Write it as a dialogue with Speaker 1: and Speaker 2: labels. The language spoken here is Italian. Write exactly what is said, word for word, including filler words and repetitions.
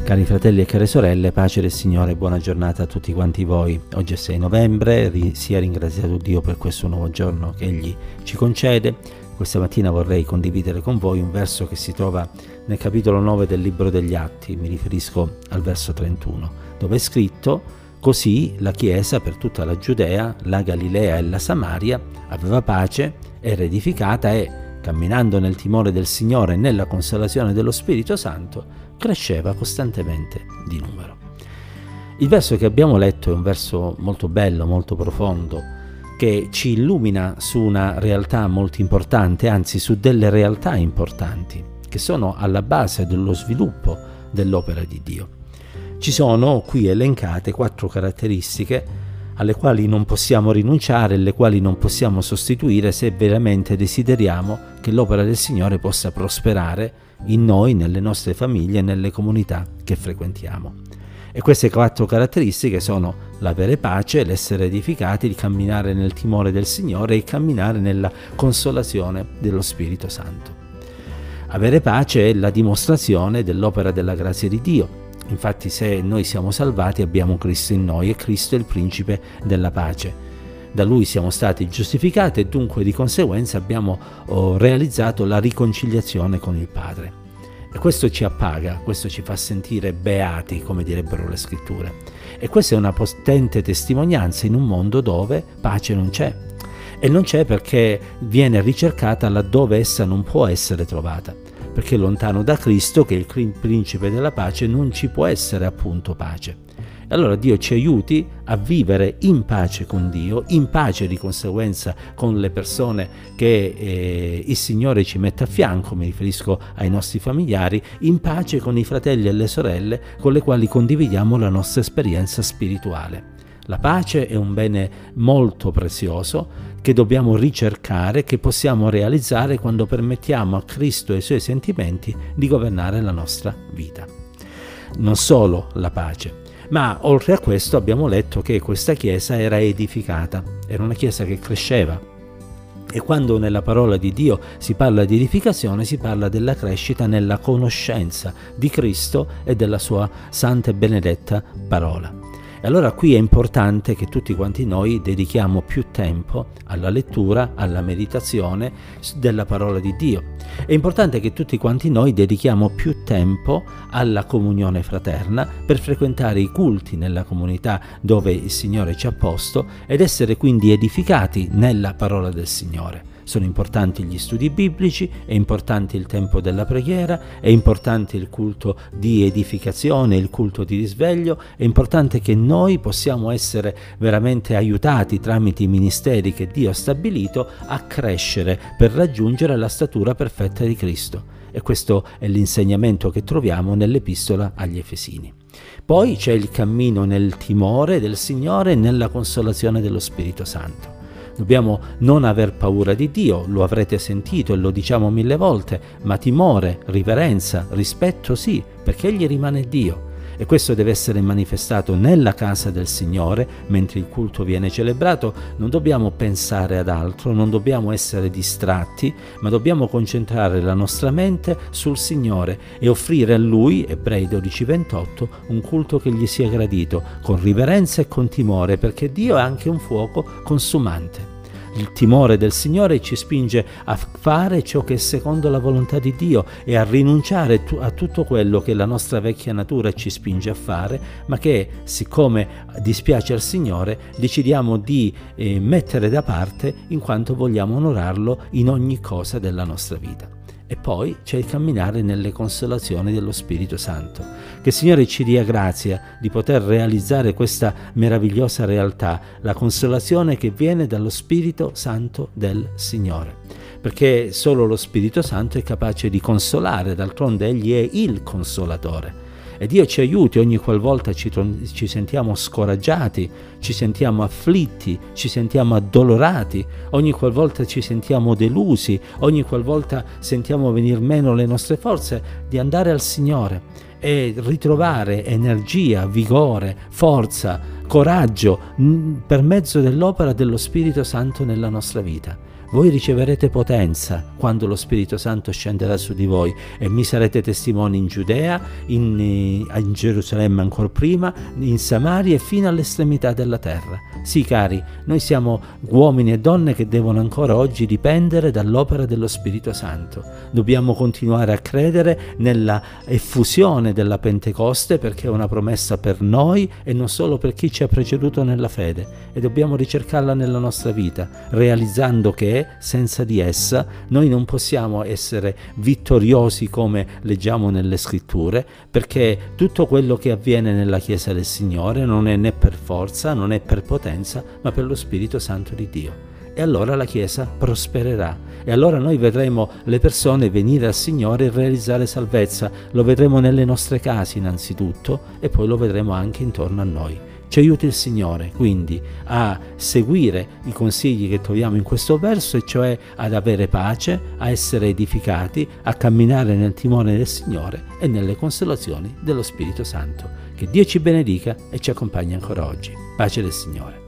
Speaker 1: Cari fratelli e care sorelle, pace del Signore e buona giornata a tutti quanti voi. Oggi è sei novembre, sia ringraziato Dio per questo nuovo giorno che Egli ci concede. Questa mattina vorrei condividere con voi un verso che si trova nel capitolo nove del Libro degli Atti, mi riferisco al verso trentuno, dove è scritto: «Così la Chiesa per tutta la Giudea, la Galilea e la Samaria aveva pace, era edificata e, camminando nel timore del Signore e nella consolazione dello Spirito Santo, cresceva costantemente di numero». Il verso che abbiamo letto è un verso molto bello, molto profondo, che ci illumina su una realtà molto importante, anzi su delle realtà importanti, che sono alla base dello sviluppo dell'opera di Dio. Ci sono qui elencate quattro caratteristiche alle quali non possiamo rinunciare e le quali non possiamo sostituire se veramente desideriamo che l'opera del Signore possa prosperare in noi, nelle nostre famiglie e nelle comunità che frequentiamo. E queste quattro caratteristiche sono l'avere pace, l'essere edificati, il camminare nel timore del Signore e il camminare nella consolazione dello Spirito Santo. Avere pace è la dimostrazione dell'opera della grazia di Dio. Infatti, se noi siamo salvati, abbiamo Cristo in noi e Cristo è il principe della pace. Da Lui siamo stati giustificati e dunque di conseguenza abbiamo oh, realizzato la riconciliazione con il Padre. E questo ci appaga, questo ci fa sentire beati, come direbbero le scritture. E questa è una potente testimonianza in un mondo dove pace non c'è. E non c'è perché viene ricercata laddove essa non può essere trovata. Perché lontano da Cristo, che è il principe della pace, non ci può essere appunto pace. E allora Dio ci aiuti a vivere in pace con Dio, in pace di conseguenza con le persone che eh, il Signore ci mette a fianco, mi riferisco ai nostri familiari, in pace con i fratelli e le sorelle con le quali condividiamo la nostra esperienza spirituale. La pace è un bene molto prezioso che dobbiamo ricercare, che possiamo realizzare quando permettiamo a Cristo e ai Suoi sentimenti di governare la nostra vita. Non solo la pace, ma oltre a questo abbiamo letto che questa Chiesa era edificata, era una Chiesa che cresceva. E quando nella parola di Dio si parla di edificazione, si parla della crescita nella conoscenza di Cristo e della Sua santa e benedetta parola. E allora qui è importante che tutti quanti noi dedichiamo più tempo alla lettura, alla meditazione della parola di Dio. È importante che tutti quanti noi dedichiamo più tempo alla comunione fraterna per frequentare i culti nella comunità dove il Signore ci ha posto ed essere quindi edificati nella parola del Signore. Sono importanti gli studi biblici, è importante il tempo della preghiera, è importante il culto di edificazione, il culto di risveglio, è importante che noi possiamo essere veramente aiutati tramite i ministeri che Dio ha stabilito a crescere per raggiungere la statura perfetta di Cristo. E questo è l'insegnamento che troviamo nell'Epistola agli Efesini. Poi c'è il cammino nel timore del Signore e nella consolazione dello Spirito Santo. Dobbiamo non aver paura di Dio, lo avrete sentito e lo diciamo mille volte, ma timore, riverenza, rispetto sì, perché Egli rimane Dio. E questo deve essere manifestato nella casa del Signore, mentre il culto viene celebrato. Non dobbiamo pensare ad altro, non dobbiamo essere distratti, ma dobbiamo concentrare la nostra mente sul Signore e offrire a Lui, Ebrei dodici ventotto, un culto che gli sia gradito, con riverenza e con timore, perché Dio è anche un fuoco consumante. Il timore del Signore ci spinge a fare ciò che è secondo la volontà di Dio e a rinunciare a tutto quello che la nostra vecchia natura ci spinge a fare, ma che, siccome dispiace al Signore, decidiamo di eh, mettere da parte in quanto vogliamo onorarlo in ogni cosa della nostra vita. E poi c'è il camminare nelle consolazioni dello Spirito Santo. Che il Signore ci dia grazia di poter realizzare questa meravigliosa realtà, la consolazione che viene dallo Spirito Santo del Signore. Perché solo lo Spirito Santo è capace di consolare, d'altronde Egli è il Consolatore. E Dio ci aiuti ogni qualvolta ci, ci sentiamo scoraggiati, ci sentiamo afflitti, ci sentiamo addolorati, ogni qualvolta ci sentiamo delusi, ogni qualvolta sentiamo venir meno le nostre forze, di andare al Signore e ritrovare energia, vigore, forza, coraggio mh, per mezzo dell'opera dello Spirito Santo nella nostra vita. voi riceverete potenza quando lo Spirito Santo scenderà su di voi e mi sarete testimoni in Giudea, in, in Gerusalemme ancora prima, in Samaria e fino all'estremità della terra. Sì, cari, noi siamo uomini e donne che devono ancora oggi dipendere dall'opera dello Spirito Santo. Dobbiamo continuare a credere nella effusione della Pentecoste, perché è una promessa per noi e non solo per chi ci ha preceduto nella fede, e dobbiamo ricercarla nella nostra vita, realizzando che senza di essa noi non possiamo essere vittoriosi come leggiamo nelle scritture, perché tutto quello che avviene nella Chiesa del Signore non è né per forza, non è per potenza, ma per lo Spirito Santo di Dio. E allora la Chiesa prospererà, e allora noi vedremo le persone venire al Signore e realizzare salvezza. Lo vedremo nelle nostre case innanzitutto, e poi lo vedremo anche intorno a noi. Ci aiuti il Signore quindi a seguire i consigli che troviamo in questo verso, e cioè ad avere pace, a essere edificati, a camminare nel timore del Signore e nelle consolazioni dello Spirito Santo. Che Dio ci benedica e ci accompagni ancora oggi. Pace del Signore.